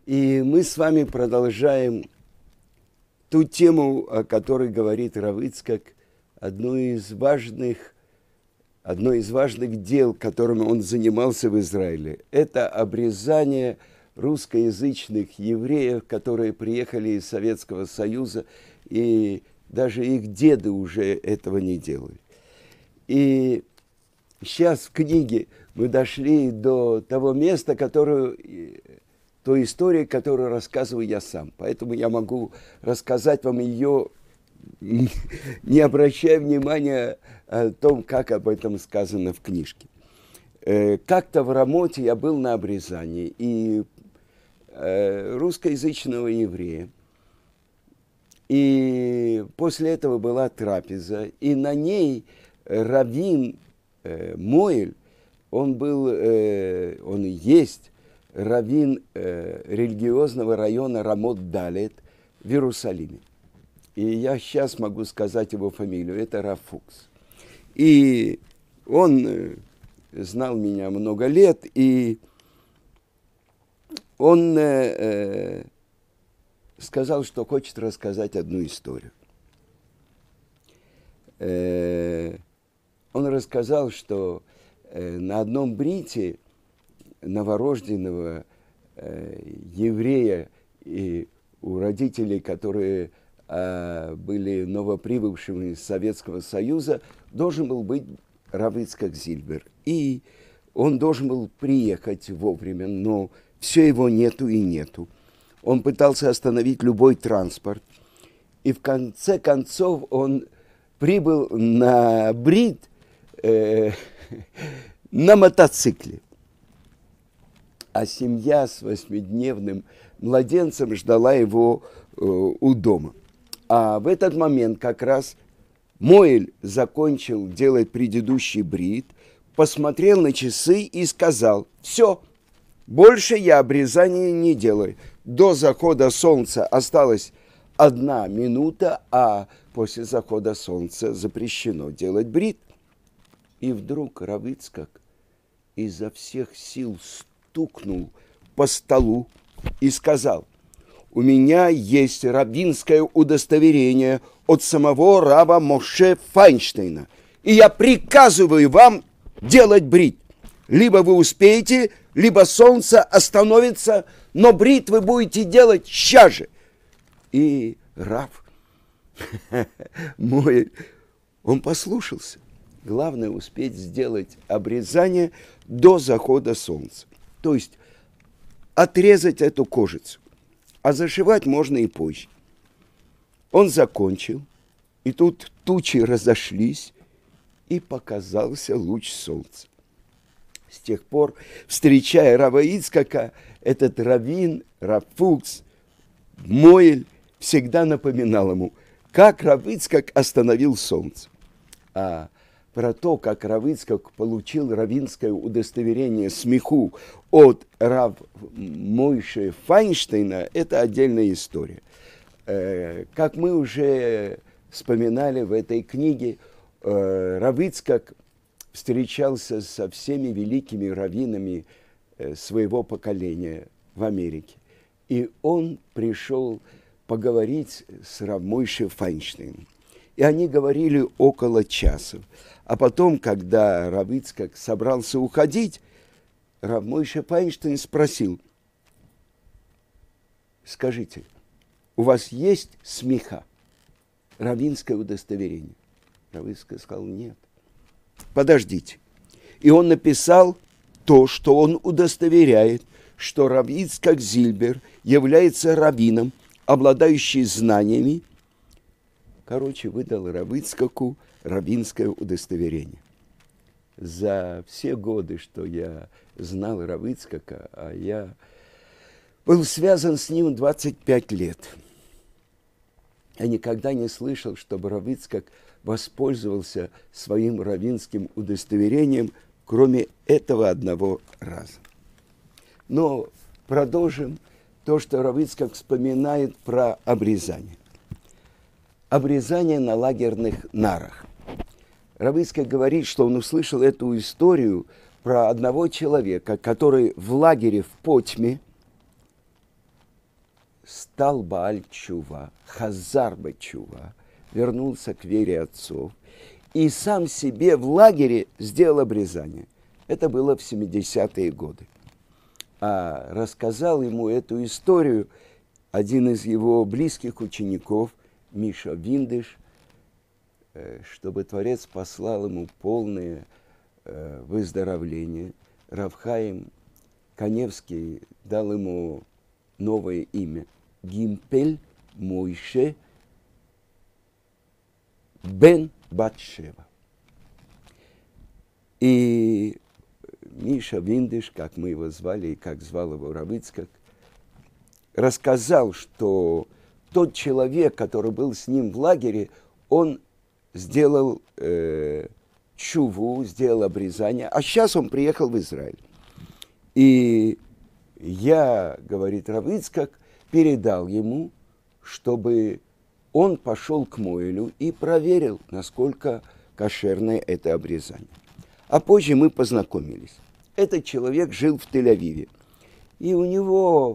И мы с вами продолжаем ту тему, о которой говорит Рав Ицхак, одно из важных дел, которым он занимался в Израиле. Это обрезание русскоязычных евреев, которые приехали из Советского Союза, и даже их деды уже этого не делали. И сейчас в книге мы дошли до того места, той истории, которую рассказываю я сам. Поэтому я могу рассказать вам ее, не обращая внимания о том, как об этом сказано в книжке. Как-то в Рамоте я был на обрезании, и русскоязычного еврея. И после этого была трапеза, и на ней раввин Моэль, он и есть раввин религиозного района Рамот-Далет в Иерусалиме. И я сейчас могу сказать его фамилию, это Рав Фукс. И он знал меня много лет, и он сказал, что хочет рассказать одну историю. Он рассказал, что на одном брите новорожденного еврея и у родителей, которые были новоприбывшими из Советского Союза, должен был быть Рав Ицхак Зильбер. И он должен был приехать вовремя, но все его нету и нету. Он пытался остановить любой транспорт. И в конце концов он прибыл на брит на мотоцикле. А семья с 8-дневным младенцем ждала его у дома. А в этот момент как раз Моэль закончил делать предыдущий брит, посмотрел на часы и сказал: все, больше я обрезания не делаю. До захода солнца осталась 1 минута, а после захода солнца запрещено делать брит. И вдруг Рав Ицхак изо всех сил стукнул по столу и сказал: у меня есть раввинское удостоверение от самого рава Моше Файнштейна, и я приказываю вам делать брит. Либо вы успеете, либо солнце остановится, но брит вы будете делать сейчас же. И рав мой, он послушался. Главное успеть сделать обрезание до захода солнца. То есть отрезать эту кожицу. А зашивать можно и позже. Он закончил, и тут тучи разошлись, и показался луч солнца. С тех пор, встречая Рава Ицхака, этот раввин, Рав Фукс, Моэль, всегда напоминал ему, как Рав Ицхак остановил солнце. А про то, как Рав Ицхак получил раввинское удостоверение смеху от Рав Моше Файнштейна, это отдельная история. Как мы уже вспоминали в этой книге, Рав Ицхак встречался со всеми великими раввинами своего поколения в Америке. И он пришел поговорить с Рав Моше Файнштейном. И они говорили около часа. А потом, когда Рав Ицхак собрался уходить, Рав Моше Файнштейн спросил: скажите, у вас есть смеха, раввинское удостоверение? Рав Ицхак сказал: нет. Подождите. И он написал то, что он удостоверяет, что Рав Ицхак Зильбер является раввином, обладающий знаниями. Короче, выдал Рав Ицхаку раввинское удостоверение. За все годы, что я знал Рав Ицхака, а я был связан с ним 25 лет, я никогда не слышал, чтобы Рав Ицхак воспользовался своим раввинским удостоверением, кроме этого одного раза. Но продолжим то, что Рав Ицхак вспоминает про обрезание. Обрезание на лагерных нарах. Рав Ицхак говорит, что он услышал эту историю про одного человека, который в лагере в Потьме стал Бааль Чува, Хазар Чува, вернулся к вере отцов и сам себе в лагере сделал обрезание. Это было в 70-е годы. А рассказал ему эту историю один из его близких учеников, Миша Виндыш, чтобы Творец послал ему полное выздоровление. Рав Хаим Каневский дал ему новое имя – Гимпель Мойше бен Батшева. И Миша Виндыш, как мы его звали и как звал его Рав Ицхак, рассказал, что тот человек, который был с ним в лагере, он сделал чуву, сделал обрезание, а сейчас он приехал в Израиль. И я, говорит Рав Ицхак, передал ему, чтобы он пошел к Моэлю и проверил, насколько кошерное это обрезание. А позже мы познакомились. Этот человек жил в Тель-Авиве. И у него,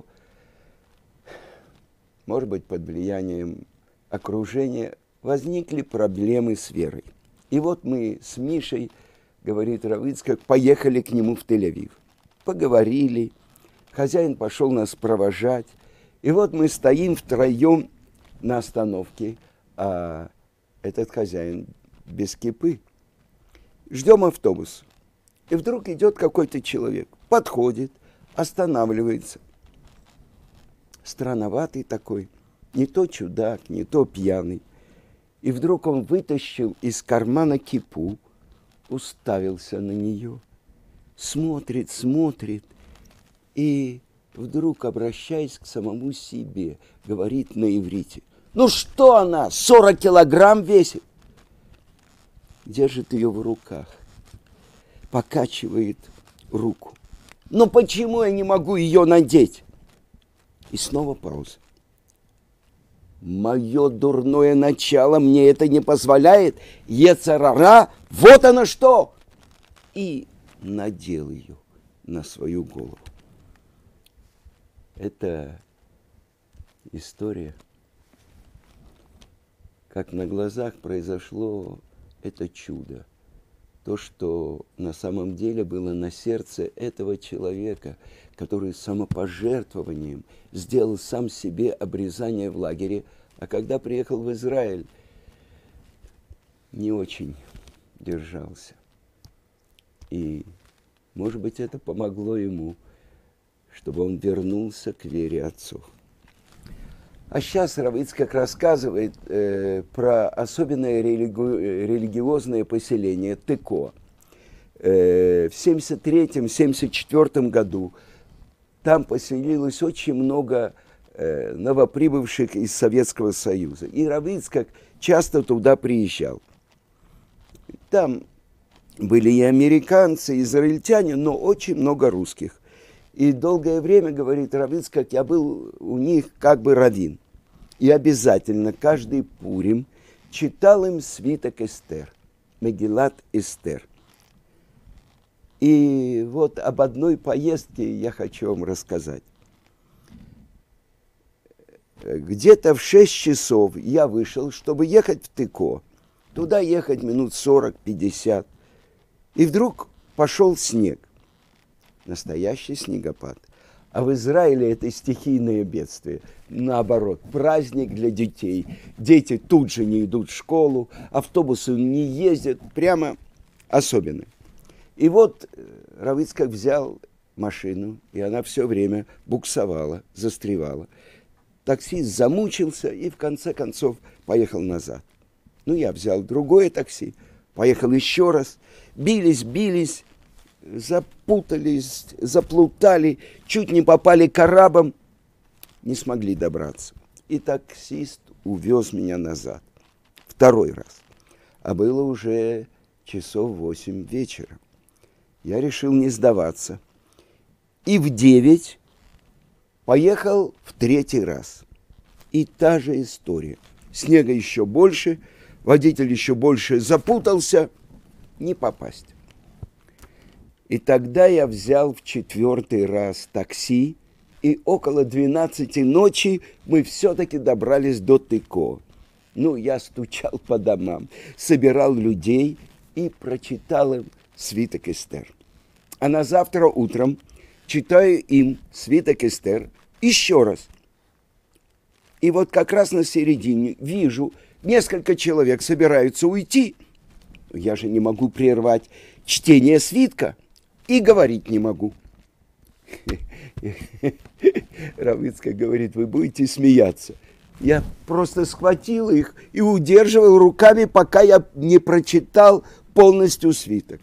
может быть, под влиянием окружения, возникли проблемы с верой. И вот мы с Мишей, говорит Рав Ицхак, поехали к нему в Тель-Авив. Поговорили, хозяин пошел нас провожать. И вот мы стоим втроем на остановке, а этот хозяин без кипы. Ждем автобус. И вдруг идет какой-то человек, подходит, останавливается. Странноватый такой, не то чудак, не то пьяный. И вдруг он вытащил из кармана кипу, уставился на нее, смотрит, и вдруг, обращаясь к самому себе, говорит на иврите: «Ну что она, 40 килограмм весит?» Держит ее в руках, покачивает руку. «Но почему я не могу ее надеть?» И снова пауза. «Мое дурное начало мне это не позволяет. Йецер ара, вот оно что!» И надел ее на свою голову. Это история, как на глазах произошло это чудо. То, что на самом деле было на сердце этого человека, который самопожертвованием сделал сам себе обрезание в лагере, а когда приехал в Израиль, не очень держался. И, может быть, это помогло ему, чтобы он вернулся к вере отцов. А сейчас Рав Ицхак рассказывает про особенное религиозное поселение Теко. В 1973-1974 году там поселилось очень много новоприбывших из Советского Союза. И Рав Ицхак часто туда приезжал. Там были и американцы, и израильтяне, но очень много русских. И долгое время, говорит Рав Ицхак, я был у них как бы раввин. И обязательно каждый Пурим читал им свиток Эстер, Мегилат Эстер. И вот об одной поездке я хочу вам рассказать. Где-то в 6 часов я вышел, чтобы ехать в Теко. Туда ехать минут 40-50. И вдруг пошел снег. Настоящий снегопад. А в Израиле это стихийное бедствие. Наоборот, праздник для детей. Дети тут же не идут в школу, автобусы не ездят, прямо особенно. И вот Рав Ицхак взял машину, и она все время буксовала, застревала. Таксист замучился и в конце концов поехал назад. Ну, я взял другое такси, поехал еще раз. Бились, запутались, заплутали, чуть не попали к арабам, не смогли добраться. И таксист увез меня назад. Второй раз. А было уже часов 8 вечера. Я решил не сдаваться. И в 9 поехал в 3-й раз. И та же история. Снега еще больше, водитель еще больше запутался, не попасть. И тогда я взял в 4-й раз такси и около 12 ночи мы все-таки добрались до Тыко. Ну, я стучал по домам, собирал людей и прочитал им свиток Эстер. А на завтра утром читаю им свиток Эстер еще раз. И вот как раз на середине вижу, несколько человек собираются уйти. Я же не могу прервать чтение свитка и говорить не могу. Рав Ицхак говорит, вы будете смеяться. Я просто схватил их и удерживал руками, пока я не прочитал полностью свиток.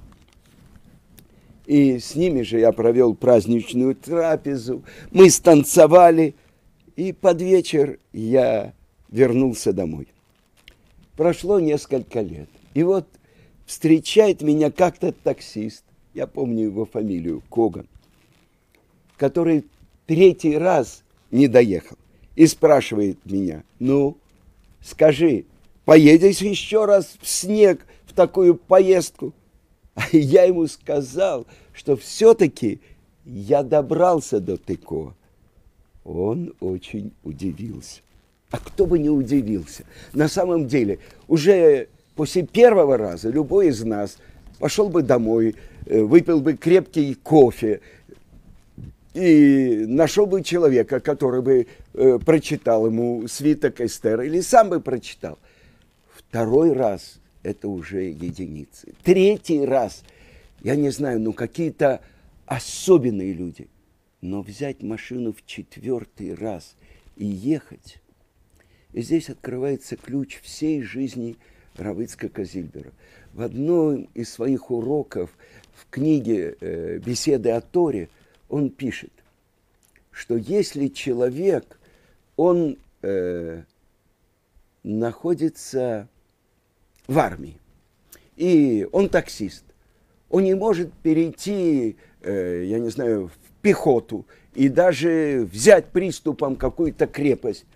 И с ними же я провел праздничную трапезу, мы станцевали, и под вечер я вернулся домой. Прошло несколько лет, и вот встречает меня как-то таксист, я помню его фамилию, Коган, который 3-й раз не доехал, и спрашивает меня, ну, скажи, поедешь еще раз в снег в такую поездку? А я ему сказал, что все-таки я добрался до Тыко. Он очень удивился. А кто бы не удивился? На самом деле, уже после первого раза любой из нас пошел бы домой, выпил бы крепкий кофе и нашел бы человека, который бы прочитал ему свиток Эстер или сам бы прочитал. 2-й раз это уже единицы. 3-й раз, я не знаю, ну какие-то особенные люди. Но взять машину в 4-й раз и ехать, и здесь открывается ключ всей жизни Рава Ицхака Зильбера. В одном из своих уроков в книге «Беседы о Торе» он пишет, что если человек, он находится в армии, и он таксист, он не может перейти, я не знаю, в пехоту и даже взять приступом какую-то крепость.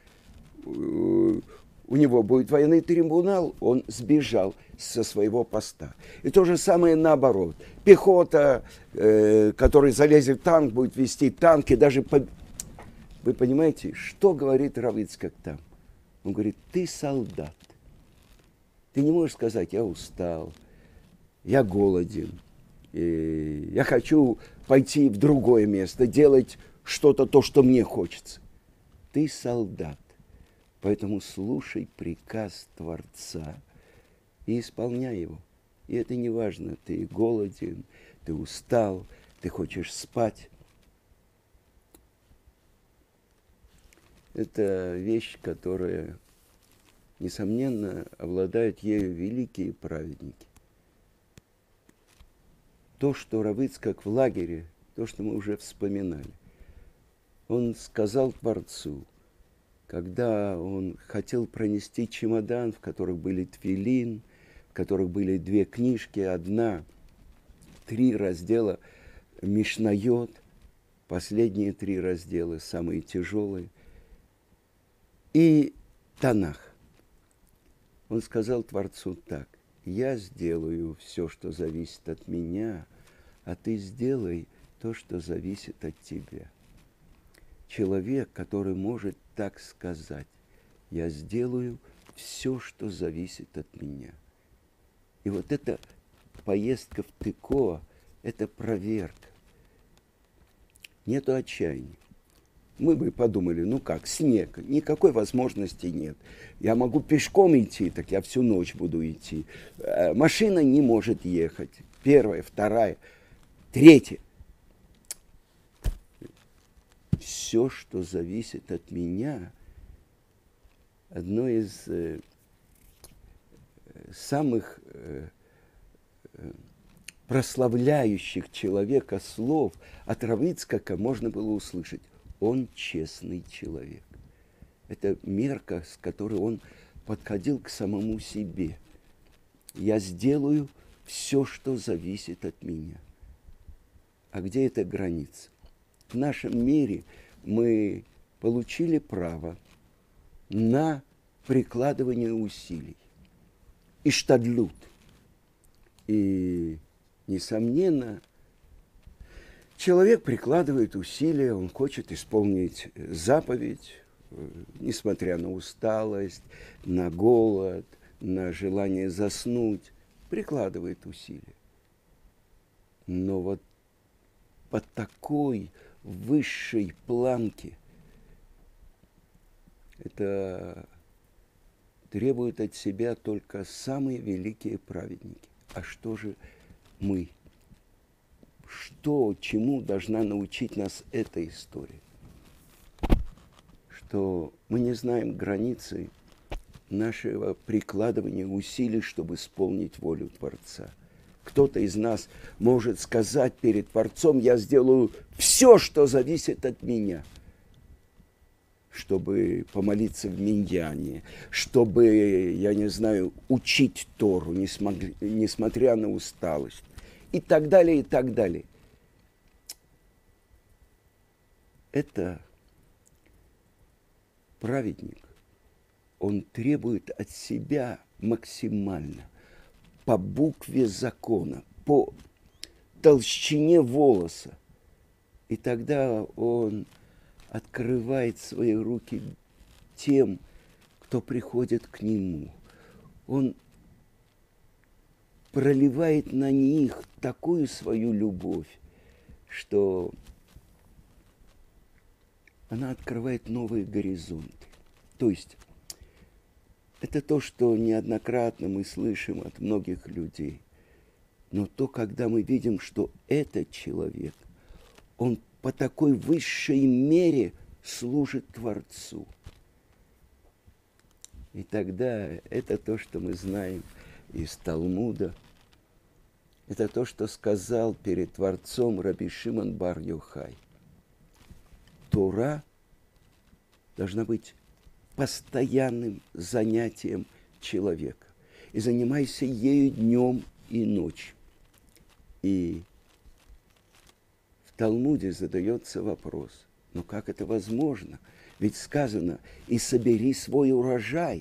У него будет военный трибунал, он сбежал со своего поста. И то же самое наоборот. Пехота, который залезет в танк, будет вести танки, даже... Вы понимаете, что говорит Рав Ицхак там? Он говорит, ты солдат. Ты не можешь сказать, я устал, я голоден, я хочу пойти в другое место, делать что-то, то, что мне хочется. Ты солдат, поэтому слушай приказ Творца и исполняй его. И это не важно, ты голоден, ты устал, ты хочешь спать. Это вещь, которая, несомненно, обладают ею великие праведники. То, что Рав Ицхак в лагере, то, что мы уже вспоминали, он сказал Творцу, когда он хотел пронести чемодан, в которых были тфилин, в которых были 2 книжки, одна, 3 раздела Мишнайот, последние 3 раздела, самые тяжелые, и Танах. Он сказал Творцу так, я сделаю все, что зависит от меня, а ты сделай то, что зависит от тебя. Человек, который может так сказать, я сделаю все, что зависит от меня. И вот эта поездка в Тыко, это проверка. Нету отчаяния. Мы бы подумали, ну как, снег, никакой возможности нет. Я могу пешком идти, так я всю ночь буду идти. Машина не может ехать. 1-я, 2-я, 3-я. Все, что зависит от меня, одно из самых прославляющих человека слов от Рава Ицхака можно было услышать. Он честный человек. Это мерка, с которой он подходил к самому себе. Я сделаю все, что зависит от меня. А где эта граница? В нашем мире мы получили право на прикладывание усилий. Иштадлут. И, несомненно, Человек прикладывает усилия, он хочет исполнить заповедь, несмотря на усталость, на голод, на желание заснуть, прикладывает усилия. Но вот по такой высшей планке это требует от себя только самые великие праведники. А что же мы? Чему должна научить нас эта история? Что мы не знаем границы нашего прикладывания усилий, чтобы исполнить волю Творца. Кто-то из нас может сказать перед Творцом: я сделаю все, что зависит от меня, чтобы помолиться в миньяне, чтобы, я не знаю, учить Тору, несмотря на усталость, и так далее, и так далее. Это праведник, он требует от себя максимально, по букве закона, по толщине волоса. И тогда он открывает свои руки тем, кто приходит к нему. Он проливает на них такую свою любовь, что она открывает новые горизонты. То есть это то, что неоднократно мы слышим от многих людей. Но то, когда мы видим, что этот человек, он по такой высшей мере служит Творцу. И тогда это то, что мы знаем из Талмуда. Это то, что сказал перед Творцом Раби Шимон бар Йохай. Тора должна быть постоянным занятием человека. И занимайся ею днем и ночью. И в Талмуде задается вопрос: но как это возможно? Ведь сказано: и собери свой урожай.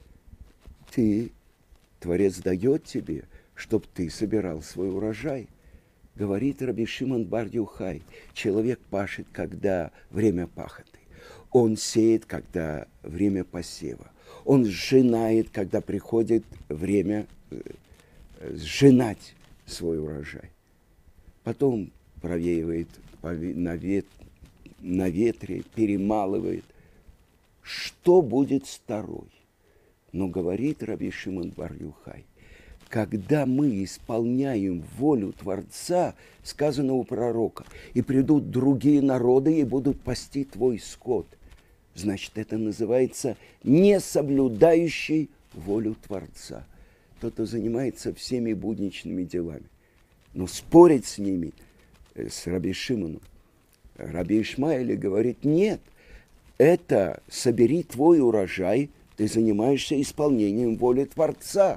Творец дает тебе, чтобы ты собирал свой урожай. Говорит Раби Шимон бар Йохай: человек пашет, когда время пахоты. Он сеет, когда время посева. Он сжинает, когда приходит время сжинать свой урожай. Потом провеивает на ветре, перемалывает. Что будет с Торой? Но говорит Раби Шимон бар Йохай: когда мы исполняем волю Творца, сказано у пророка: и придут другие народы и будут пасти твой скот. Значит, это называется не соблюдающий волю Творца. Тот, кто занимается всеми будничными делами. Но спорить с ними, с Раби Шимоном, Раби Ишмаэль говорит: нет, это собери твой урожай, ты занимаешься исполнением воли Творца,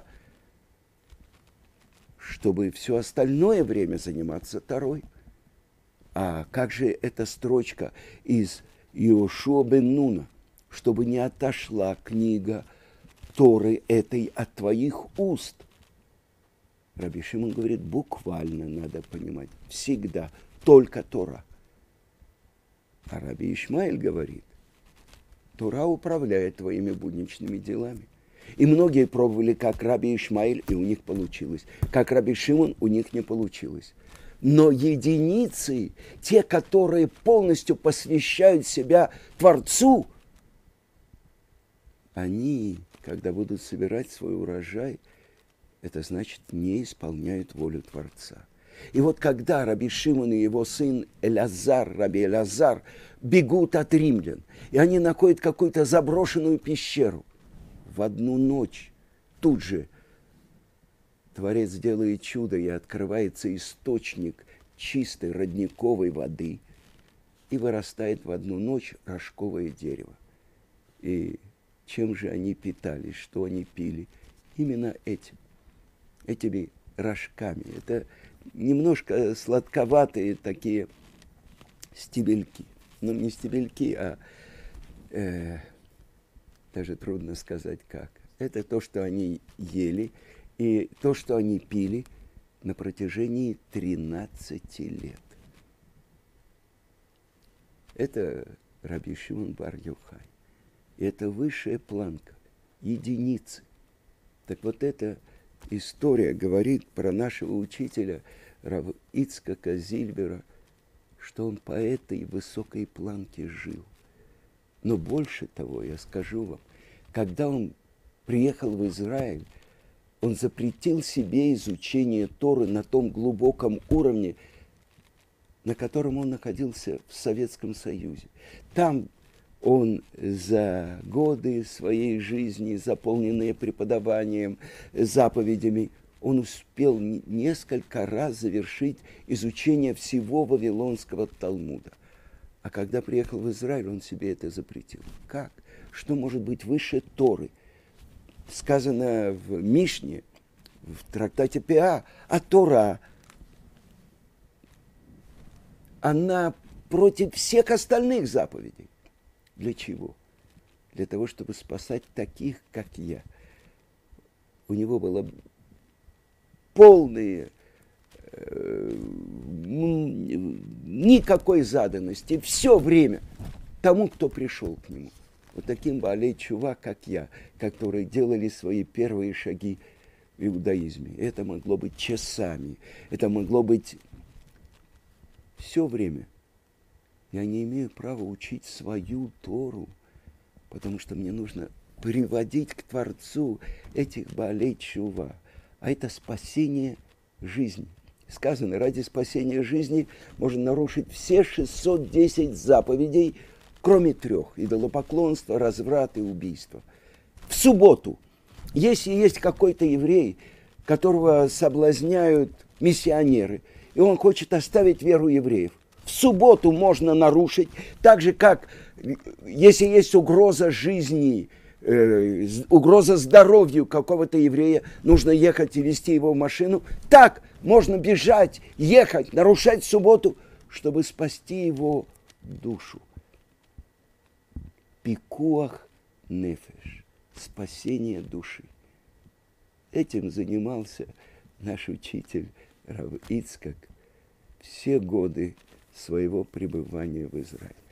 чтобы все остальное время заниматься Торой. А как же эта строчка из Йошуа бен Нуна: чтобы не отошла книга Торы этой от твоих уст? Раби Шимон говорит, буквально надо понимать, всегда только Тора. А Раби Ишмаэль говорит: Тора управляет твоими будничными делами. И многие пробовали, как Раби Ишмаэль, и у них получилось. Как Раби Шимон, у них не получилось. Но единицы, те, которые полностью посвящают себя Творцу, они, когда будут собирать свой урожай, это значит, не исполняют волю Творца. И вот когда Раби Шимон и его сын Элязар, Раби Элязар, бегут от римлян, и они находят какую-то заброшенную пещеру, в одну ночь тут же Творец делает чудо, и открывается источник чистой родниковой воды, и вырастает в одну ночь рожковое дерево. И чем же они питались, что они пили? Именно этими рожками. Это немножко сладковатые такие стебельки. Ну, не стебельки, а даже трудно сказать как. Это то, что они ели, и то, что они пили на протяжении 13 лет. Это Раби Шимон бар-Йохай. И это высшая планка, единицы. Так вот эта история говорит про нашего учителя Рава Ицхака Зильбера, что он по этой высокой планке жил. Но больше того, я скажу вам, когда он приехал в Израиль, он запретил себе изучение Торы на том глубоком уровне, на котором он находился в Советском Союзе. Там он за годы своей жизни, заполненные преподаванием, заповедями, он успел несколько раз завершить изучение всего Вавилонского Талмуда. А когда приехал в Израиль, он себе это запретил. Как? Что может быть выше Торы? Сказано в Мишне, в трактате Пеа, а Тора, она против всех остальных заповедей. Для чего? Для того, чтобы спасать таких, как я. У него было полное никакой заданности, все время тому, кто пришел к нему. Вот таким баалей тшува, как я, которые делали свои первые шаги в иудаизме. Это могло быть часами, это могло быть все время. Я не имею права учить свою Тору, потому что мне нужно приводить к Творцу этих баалей тшува. А это спасение жизни. Сказано, ради спасения жизни можно нарушить все 610 заповедей, кроме 3. Идолопоклонство, разврат и убийство. В субботу, если есть какой-то еврей, которого соблазняют миссионеры, и он хочет оставить веру евреев, в субботу можно нарушить, так же, как если есть угроза жизни, угроза здоровью какого-то еврея, нужно ехать и везти его в машину, так можно бежать, ехать, нарушать субботу, чтобы спасти его душу. Пикуах нефеш, спасение души. Этим занимался наш учитель Рав Ицхак все годы своего пребывания в Израиле.